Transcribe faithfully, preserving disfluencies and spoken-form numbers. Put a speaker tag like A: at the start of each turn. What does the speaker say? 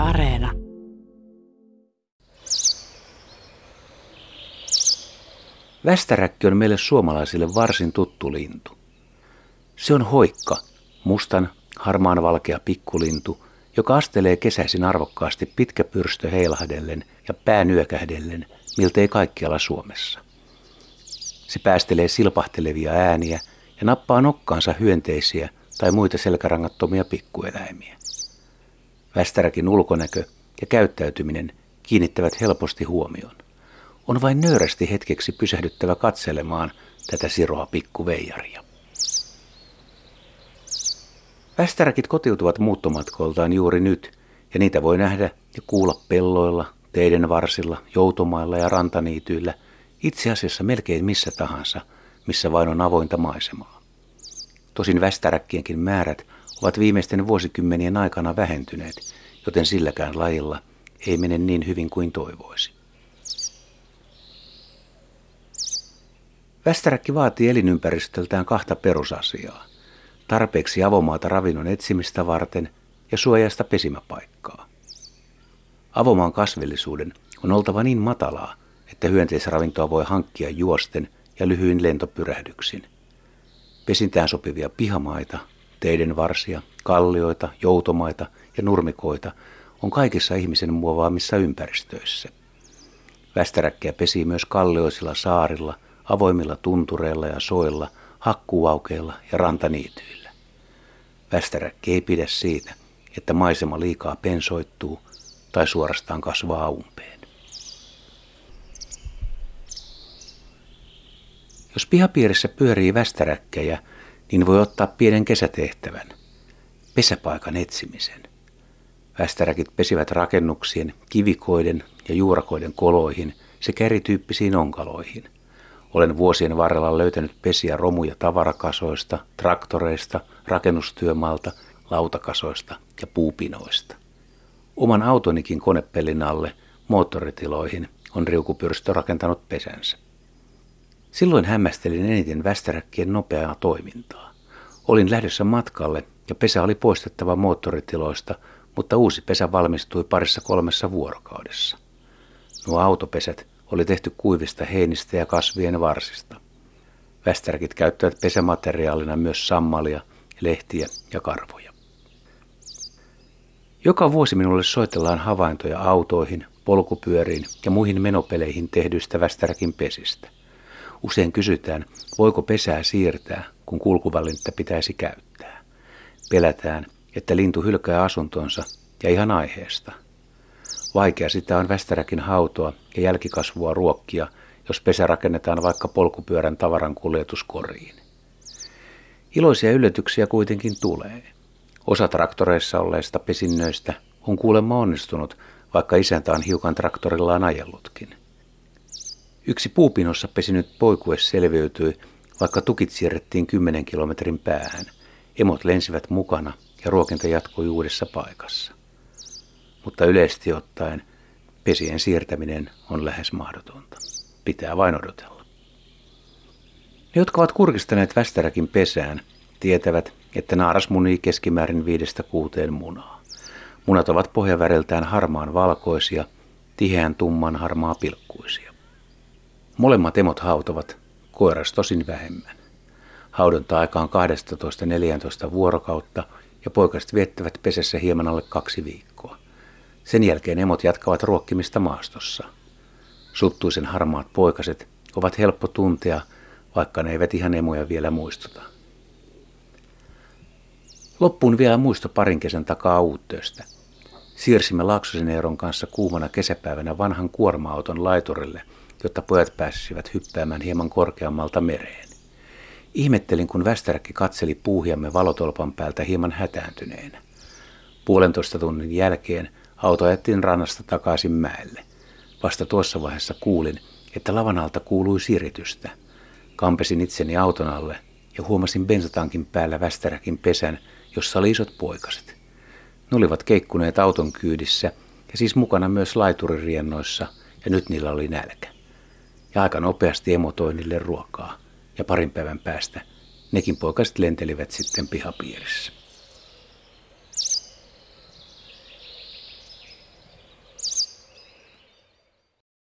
A: Areena.
B: Västäräkki on meille suomalaisille varsin tuttu lintu. Se on hoikka, mustan, harmaan valkea pikkulintu, joka astelee kesäisin arvokkaasti pitkä pyrstö heilahdellen ja pää nyökähdellen, miltei kaikkialla Suomessa. Se päästelee silpahtelevia ääniä ja nappaa nokkaansa hyönteisiä tai muita selkärangattomia pikkueläimiä. Västäräkin ulkonäkö ja käyttäytyminen kiinnittävät helposti huomion. On vain nöyrästi hetkeksi pysähdyttävä katselemaan tätä siroa pikkuveijaria. Västäräkit kotiutuvat muuttomatkoiltaan juuri nyt, ja niitä voi nähdä ja kuulla pelloilla, teiden varsilla, joutomailla ja rantaniityillä, itse asiassa melkein missä tahansa, missä vain on avointa maisemaa. Tosin västäräkkienkin määrät ovat viimeisten vuosikymmenien aikana vähentyneet, joten silläkään lajilla ei mene niin hyvin kuin toivoisi. Västäräkki vaatii elinympäristöltään kahta perusasiaa. Tarpeeksi avomaata ravinnon etsimistä varten ja suojaista pesimäpaikkaa. Avomaan kasvillisuuden on oltava niin matalaa, että hyönteisravintoa voi hankkia juosten ja lyhyin lentopyrähdyksin. Pesintään sopivia pihamaita, teiden varsia, kallioita, joutomaita ja nurmikoita on kaikissa ihmisen muovaamissa ympäristöissä. Västäräkkiä pesii myös kallioisilla saarilla, avoimilla tuntureilla ja soilla, hakkuuaukeilla ja rantaniityillä. Västäräkki ei pidä siitä, että maisema liikaa pensoittuu tai suorastaan kasvaa umpeen. Jos pihapiirissä pyörii västäräkkejä, niin voi ottaa pienen kesätehtävän, pesäpaikan etsimisen. Västäräkit pesivät rakennuksien, kivikoiden ja juurakoiden koloihin sekä erityyppisiin onkaloihin. Olen vuosien varrella löytänyt pesiä romuja tavarakasoista, traktoreista, rakennustyömaalta, lautakasoista ja puupinoista. Oman autonikin konepellin alle, moottoritiloihin, on riukupyrstö rakentanut pesänsä. Silloin hämmästelin eniten västäräkkien nopeaa toimintaa. Olin lähdössä matkalle ja pesä oli poistettava moottoritiloista, mutta uusi pesä valmistui parissa kolmessa vuorokaudessa. Nuo autopesät oli tehty kuivista heinistä ja kasvien varsista. Västäräkit käyttävät pesämateriaalina myös sammalia, lehtiä ja karvoja. Joka vuosi minulle soitellaan havaintoja autoihin, polkupyöriin ja muihin menopeleihin tehdyistä västäräkin pesistä. Usein kysytään, voiko pesää siirtää, kun kulkuvälinettä pitäisi käyttää. Pelätään, että lintu hylkää asuntonsa ja ihan aiheesta. Vaikea sitä on västäräkin hautoa ja jälkikasvua ruokkia, jos pesä rakennetaan vaikka polkupyörän tavaran kuljetuskoriin. Iloisia yllätyksiä kuitenkin tulee. Osa traktoreissa olleista pesinnöistä on kuulemma onnistunut, vaikka isäntä on hiukan traktorillaan ajellutkin. Yksi puupinossa pesinyt poikue selviytyi, vaikka tukit siirrettiin kymmenen kilometrin päähän. Emot lensivät mukana ja ruokinta jatkui uudessa paikassa. Mutta yleisesti ottaen pesien siirtäminen on lähes mahdotonta. Pitää vain odotella. Ne, jotka ovat kurkistaneet västäräkin pesään, tietävät, että naaras munii keskimäärin viidestä kuuteen munaa. Munat ovat pohjaväriltään harmaan valkoisia, tiheän tumman harmaa pilkkuisia. Molemmat emot hautovat, koiras tosin vähemmän. Haudonta-aika on kaksitoista neljätoista vuorokautta ja poikaset viettävät pesässä hieman alle kaksi viikkoa. Sen jälkeen emot jatkavat ruokkimista maastossa. Suttuisen harmaat poikaset ovat helppo tuntea, vaikka ne eivät ihan emoja vielä muistuta. Loppuun vielä muisto parin kesän takaa Uuttöstä. Siirsimme Laaksosen Eeron kanssa kuumana kesäpäivänä vanhan kuorma-auton laiturille, jotta pojat pääsisivät hyppäämään hieman korkeammalta mereen. Ihmettelin, kun västäräkki katseli puuhiamme valotolpan päältä hieman hätääntyneenä. Puolentoista tunnin jälkeen auto ajettiin rannasta takaisin mäelle. Vasta tuossa vaiheessa kuulin, että lavan alta kuului siritystä. Kampesin itseni auton alle ja huomasin bensatankin päällä västäräkin pesän, jossa oli isot poikaset. Ne olivat keikkuneet auton kyydissä ja siis mukana myös laituririennoissa ja nyt niillä oli nälkä. Ja aika nopeasti emo toi niille ruokaa ja parin päivän päästä nekin poikaset lentelivät sitten pihapiirissä.